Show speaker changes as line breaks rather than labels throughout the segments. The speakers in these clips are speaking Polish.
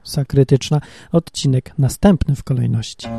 Masa Krytyczna, odcinek następny w kolejności.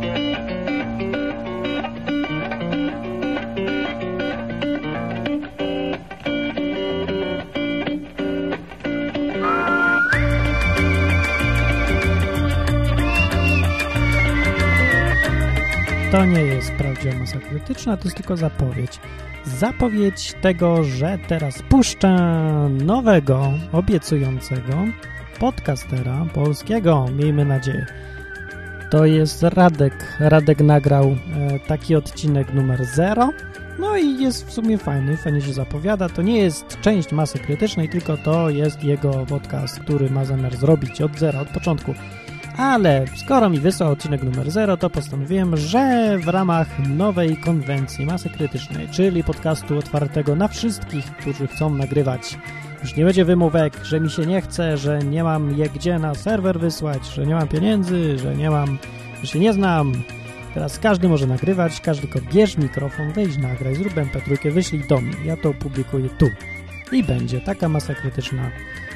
To nie jest prawdziwa Masa Krytyczna, to jest tylko zapowiedź. Zapowiedź tego, że teraz puszczę nowego, obiecującego podcastera polskiego, miejmy nadzieję. To jest Radek. Radek nagrał taki odcinek numer 0. No i jest w sumie fajny, fajnie się zapowiada. To nie jest część Masy Krytycznej, tylko to jest jego podcast, który ma zamiar zrobić od zera, od początku. Ale skoro mi wysłał odcinek numer 0, to postanowiłem, że w ramach nowej konwencji Masy Krytycznej, czyli podcastu otwartego na wszystkich, którzy chcą nagrywać, już nie będzie wymówek, że mi się nie chce, że nie mam je gdzie na serwer wysłać, że nie mam pieniędzy, że się nie znam. Teraz każdy może nagrywać, każdy tylko bierz mikrofon, weź nagraj, zrób MP3, wyślij do mnie, ja to opublikuję tu. I będzie taka Masa Krytyczna.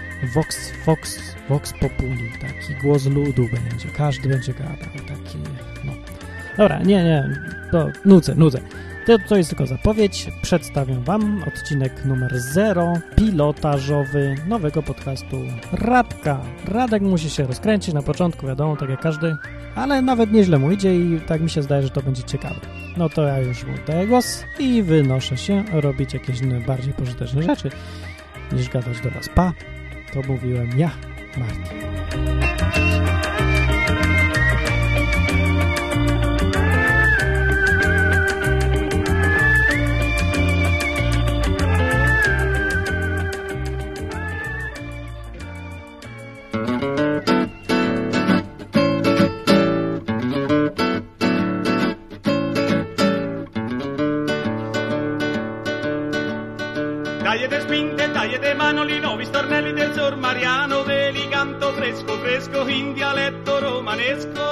Vox Populi, taki głos ludu będzie, każdy będzie gadał, taki, no. Dobra, nie, to nudzę. To jest tylko zapowiedź, przedstawię wam odcinek numer 0, pilotażowy, nowego podcastu Radka. Radek musi się rozkręcić na początku, wiadomo, tak jak każdy, ale nawet nieźle mu idzie i tak mi się zdaje, że to będzie ciekawe. No to ja już mu daję głos i wynoszę się robić jakieś bardziej pożyteczne rzeczy, niż gadać do was. Pa! To mówiłem ja, Martin.
Taglie de spinte, taglie de manolino, stornelli del sor Mariano, delicanto fresco in dialetto romanesco.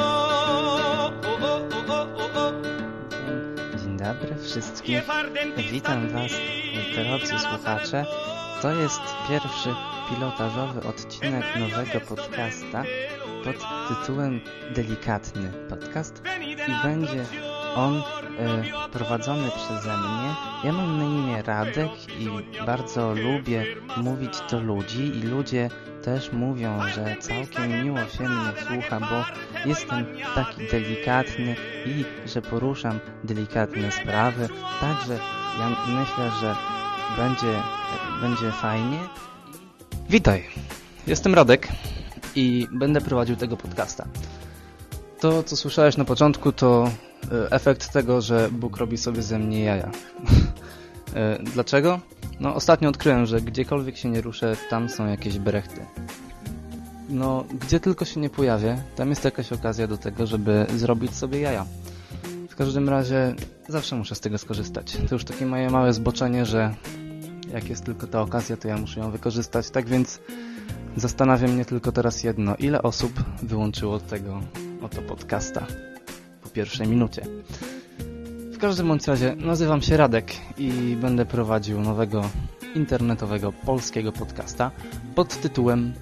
Dzień dobry wszystkim. Witam was, drodzy słuchacze. To jest pierwszy pilotażowy odcinek nowego podcasta pod tytułem Delikatny Podcast i będzie on prowadzony przeze mnie. Ja mam na imię Radek i bardzo lubię mówić do ludzi i ludzie też mówią, że całkiem miło się mnie słucha, bo jestem taki delikatny i że poruszam delikatne sprawy. Także ja myślę, że będzie fajnie. Witaj, jestem Radek i będę prowadził tego podcasta. To, co słyszałeś na początku, to efekt tego, że Bóg robi sobie ze mnie jaja. Dlaczego? No, ostatnio odkryłem, że gdziekolwiek się nie ruszę, tam są jakieś brechty. No, gdzie tylko się nie pojawię, tam jest jakaś okazja do tego, żeby zrobić sobie jaja. W każdym razie zawsze muszę z tego skorzystać. To już takie moje małe zboczenie, że jak jest tylko ta okazja, to ja muszę ją wykorzystać. Tak więc zastanawia mnie tylko teraz jedno. Ile osób wyłączyło tego oto podcasta po pierwszej minucie? W każdym bądź razie nazywam się Radek i będę prowadził nowego internetowego polskiego podcasta pod tytułem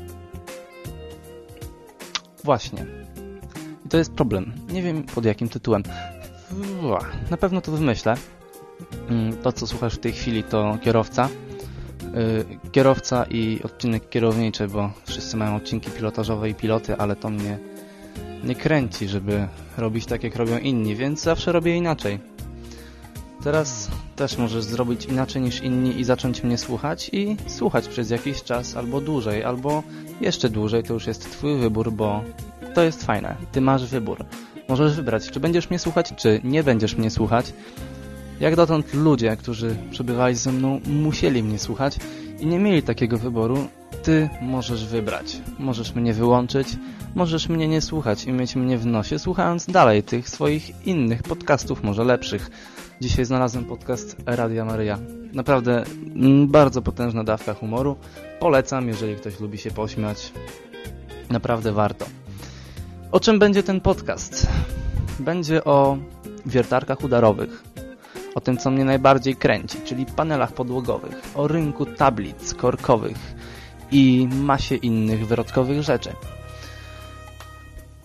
Właśnie. I to jest problem. Nie wiem pod jakim tytułem. Na pewno to wymyślę. To, co słuchasz w tej chwili, to kierowca i odcinek kierowniczy, bo wszyscy mają odcinki pilotażowe i piloty, ale to mnie nie kręci, żeby robić tak, jak robią inni, więc zawsze robię inaczej. Teraz też możesz zrobić inaczej niż inni i zacząć mnie słuchać i słuchać przez jakiś czas, albo dłużej, albo jeszcze dłużej, to już jest twój wybór, bo to jest fajne. Ty masz wybór. Możesz wybrać, czy będziesz mnie słuchać, czy nie będziesz mnie słuchać. Jak dotąd ludzie, którzy przebywali ze mną, musieli mnie słuchać i nie mieli takiego wyboru. Ty możesz wybrać. Możesz mnie wyłączyć, możesz mnie nie słuchać i mieć mnie w nosie, słuchając dalej tych swoich innych podcastów, może lepszych. Dzisiaj znalazłem podcast Radia Maryja. Naprawdę bardzo potężna dawka humoru. Polecam, jeżeli ktoś lubi się pośmiać. Naprawdę warto. O czym będzie ten podcast? Będzie o wiertarkach udarowych. O tym, co mnie najbardziej kręci, czyli panelach podłogowych. O rynku tablic korkowych i masie innych wyrodkowych rzeczy.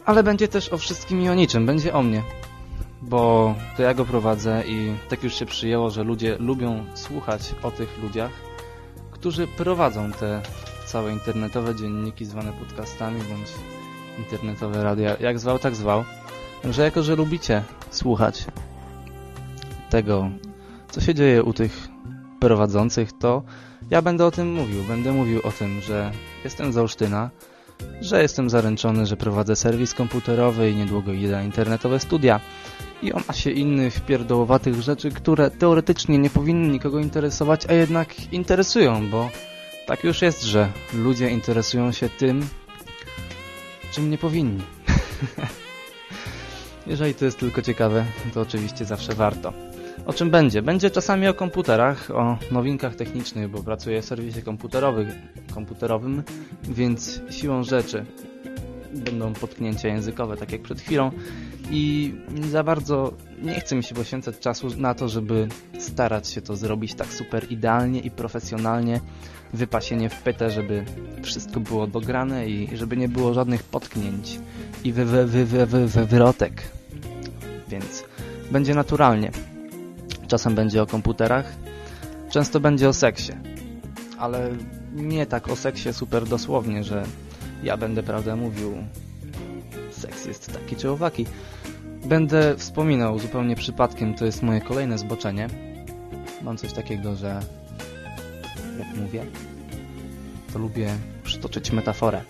Ale będzie też o wszystkim i o niczym, będzie o mnie. Bo to ja go prowadzę i tak już się przyjęło, że ludzie lubią słuchać o tych ludziach, którzy prowadzą te całe internetowe dzienniki zwane podcastami, bądź internetowe radia, jak zwał, tak zwał. Także jako, że lubicie słuchać tego, co się dzieje u tych prowadzących, to ja będę o tym mówił. Będę mówił o tym, że jestem z Olsztyna, że jestem zaręczony, że prowadzę serwis komputerowy i niedługo idę na internetowe studia i o masie innych pierdołowatych rzeczy, które teoretycznie nie powinny nikogo interesować, a jednak interesują, bo tak już jest, że ludzie interesują się tym, czym nie powinni. Jeżeli to jest tylko ciekawe, to oczywiście zawsze warto. O czym będzie? Będzie czasami o komputerach, o nowinkach technicznych, bo pracuję w serwisie komputerowym, więc siłą rzeczy będą potknięcia językowe, tak jak przed chwilą. I za bardzo nie chce mi się poświęcać czasu na to, żeby starać się to zrobić tak super idealnie i profesjonalnie, wypasienie w pytę, żeby wszystko było dograne i żeby nie było żadnych potknięć i wywrotek. Więc będzie naturalnie. Czasem będzie o komputerach, często będzie o seksie, ale nie tak o seksie super dosłownie, że ja będę, prawda, mówił seks jest taki czy owaki. Będę wspominał zupełnie przypadkiem, to jest moje kolejne zboczenie. Mam coś takiego, że jak mówię, to lubię przytoczyć metaforę.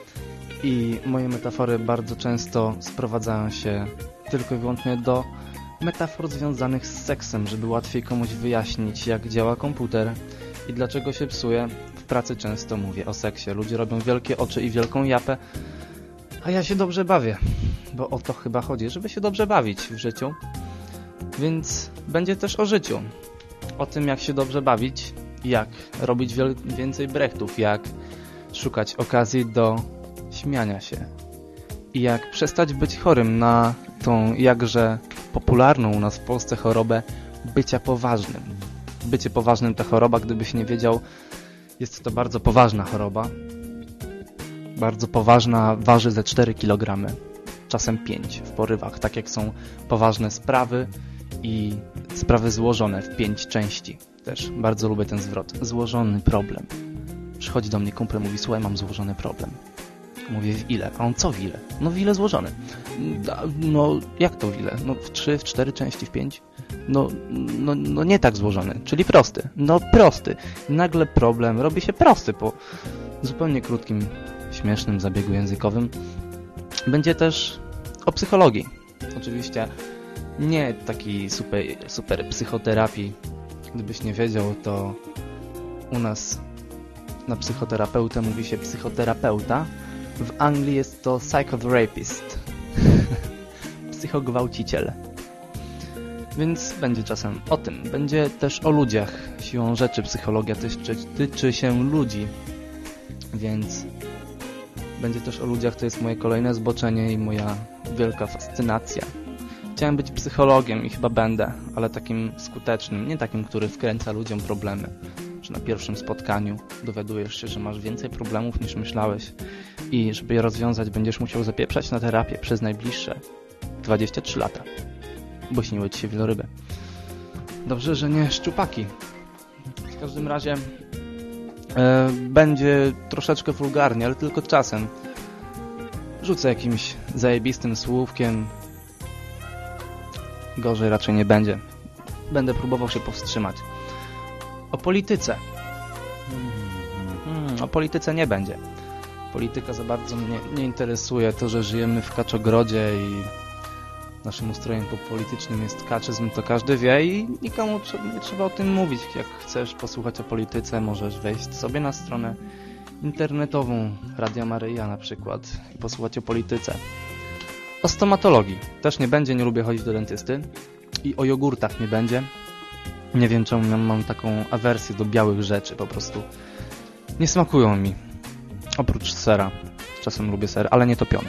I moje metafory bardzo często sprowadzają się tylko i wyłącznie do metafor związanych z seksem, żeby łatwiej komuś wyjaśnić, jak działa komputer i dlaczego się psuje. W pracy często mówię o seksie. Ludzie robią wielkie oczy i wielką japę, a ja się dobrze bawię, bo o to chyba chodzi, żeby się dobrze bawić w życiu. Więc będzie też o życiu. O tym, jak się dobrze bawić, jak robić więcej brechtów, jak szukać okazji do śmiania się i jak przestać być chorym na tą jakże popularną u nas w Polsce chorobę bycia poważnym. Bycie poważnym to choroba, gdybyś nie wiedział, jest to bardzo poważna choroba. Bardzo poważna, waży ze 4 kg, czasem 5 w porywach, tak jak są poważne sprawy i sprawy złożone w 5 części. Też bardzo lubię ten zwrot. Złożony problem. Przychodzi do mnie kumpel, mówi, słuchaj, mam złożony problem. Mówię, w ile? A on co w ile? No w ile złożony? No jak to w ile? No w 3, w 4 części, w 5? No nie tak złożony, czyli prosty. No prosty. Nagle problem robi się prosty po zupełnie krótkim, śmiesznym zabiegu językowym. Będzie też o psychologii. Oczywiście nie taki super psychoterapii. Gdybyś nie wiedział, to u nas na psychoterapeutę mówi się psychoterapeuta. W Anglii jest to psychotherapist. Psychogwałciciel. Więc będzie czasem o tym. Będzie też o ludziach. Siłą rzeczy psychologia tyczy się ludzi. Więc będzie też o ludziach. To jest moje kolejne zboczenie i moja wielka fascynacja. Chciałem być psychologiem i chyba będę, ale takim skutecznym. Nie takim, który wkręca ludziom problemy. Że na pierwszym spotkaniu dowiadujesz się, że masz więcej problemów niż myślałeś i żeby je rozwiązać, będziesz musiał zapieprzać na terapię przez najbliższe 23 lata, bo śniły ci się wieloryby. Dobrze, że nie szczupaki. W każdym razie będzie troszeczkę wulgarnie, ale tylko czasem. Rzucę jakimś zajebistym słówkiem. Gorzej raczej nie będzie. Będę próbował się powstrzymać. O polityce. O polityce nie będzie. Polityka za bardzo mnie nie interesuje. To, że żyjemy w kaczogrodzie i naszym ustrojem politycznym jest kaczyzm, to każdy wie i nikomu nie trzeba o tym mówić. Jak chcesz posłuchać o polityce, możesz wejść sobie na stronę internetową Radia Maryja na przykład i posłuchać o polityce. O stomatologii też nie będzie, nie lubię chodzić do dentysty. I o jogurtach nie będzie. Nie wiem, czemu mam taką awersję do białych rzeczy, po prostu nie smakują mi. Oprócz sera. Czasem lubię ser, ale nie topiony.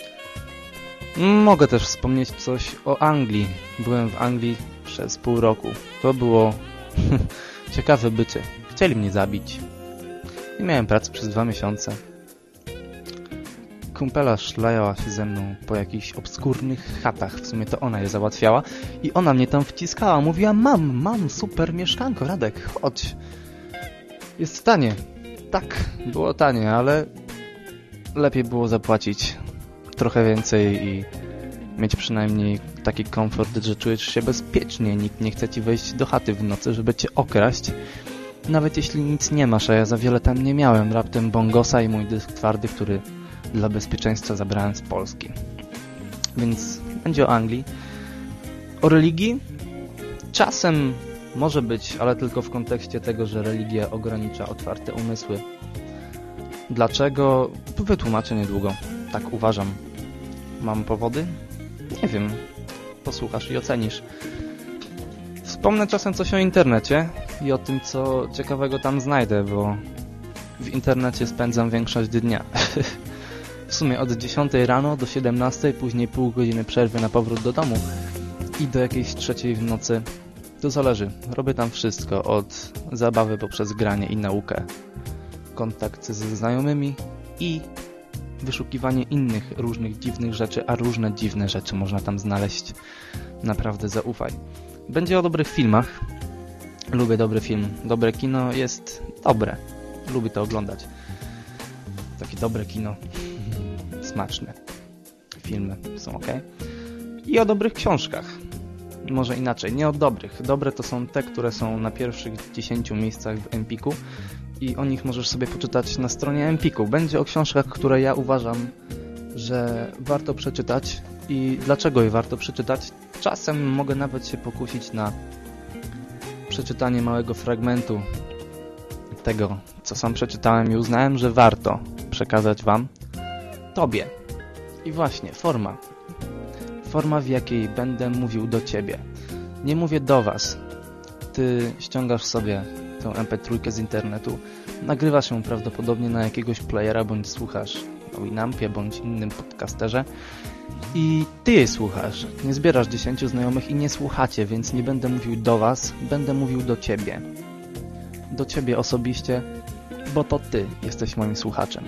Mogę też wspomnieć coś o Anglii. Byłem w Anglii przez pół roku. To było ciekawe bycie. Chcieli mnie zabić. Nie miałem pracy przez 2 miesiące. kumpela szlajała się ze mną po jakichś obskurnych chatach, w sumie to ona je załatwiała i ona mnie tam wciskała, mówiła: mam super mieszkanko, Radek, chodź. Jest tanie. Tak, było tanie, ale lepiej było zapłacić trochę więcej i mieć przynajmniej taki komfort, że czujesz się bezpiecznie. Nikt nie chce ci wejść do chaty w nocy, żeby cię okraść. Nawet jeśli nic nie masz, a ja za wiele tam nie miałem. Raptem bongosa i mój dysk twardy, który dla bezpieczeństwa zabrałem z Polski. Więc będzie o Anglii. O religii? Czasem może być, ale tylko w kontekście tego, że religia ogranicza otwarte umysły. Dlaczego? Wytłumaczę niedługo. Tak uważam. Mam powody? Nie wiem. Posłuchasz i ocenisz. Wspomnę czasem coś o internecie i o tym, co ciekawego tam znajdę, bo w internecie spędzam większość dnia. W sumie od 10 rano do 17, później pół godziny przerwy na powrót do domu i do jakiejś 3 w nocy. To zależy. Robię tam wszystko, od zabawy poprzez granie i naukę, kontakt ze znajomymi i wyszukiwanie innych różnych dziwnych rzeczy, a różne dziwne rzeczy można tam znaleźć. Naprawdę zaufaj. Będzie o dobrych filmach. Lubię dobry film. Dobre kino jest dobre. Lubię to oglądać. Takie dobre kino. Smaczne. Filmy są ok. I o dobrych książkach. Może inaczej, nie o dobrych. Dobre to są te, które są na pierwszych 10 miejscach w Empiku i o nich możesz sobie poczytać na stronie Empiku. Będzie o książkach, które ja uważam, że warto przeczytać i dlaczego je warto przeczytać. Czasem mogę nawet się pokusić na przeczytanie małego fragmentu tego, co sam przeczytałem i uznałem, że warto przekazać wam, tobie. I właśnie, forma. Forma, w jakiej będę mówił do ciebie. Nie mówię do was. Ty ściągasz sobie tę MP3 z internetu, nagrywasz ją prawdopodobnie na jakiegoś playera, bądź słuchasz na Winampie, bądź innym podcasterze i ty jej słuchasz. Nie zbierasz 10 znajomych i nie słuchacie, więc nie będę mówił do was, będę mówił do ciebie. Do ciebie osobiście, bo to ty jesteś moim słuchaczem.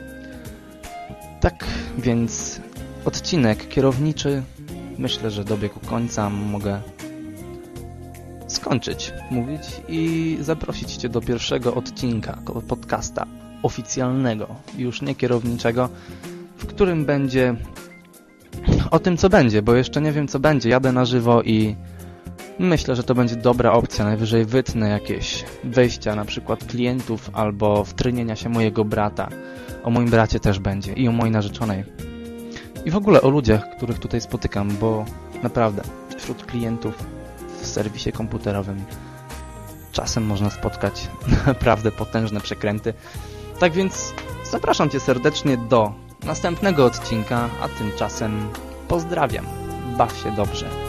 Tak więc odcinek kierowniczy myślę, że dobiegł końca. Mogę skończyć mówić i zaprosić cię do pierwszego odcinka podcasta oficjalnego, już nie kierowniczego, w którym będzie o tym, co będzie, bo jeszcze nie wiem, co będzie. Jadę na żywo i myślę, że to będzie dobra opcja. Najwyżej wytnę jakieś wejścia, na przykład klientów albo wtrynienia się mojego brata. O moim bracie też będzie i o mojej narzeczonej. I w ogóle o ludziach, których tutaj spotykam, bo naprawdę wśród klientów w serwisie komputerowym czasem można spotkać naprawdę potężne przekręty. Tak więc zapraszam cię serdecznie do następnego odcinka, a tymczasem pozdrawiam. Baw się dobrze.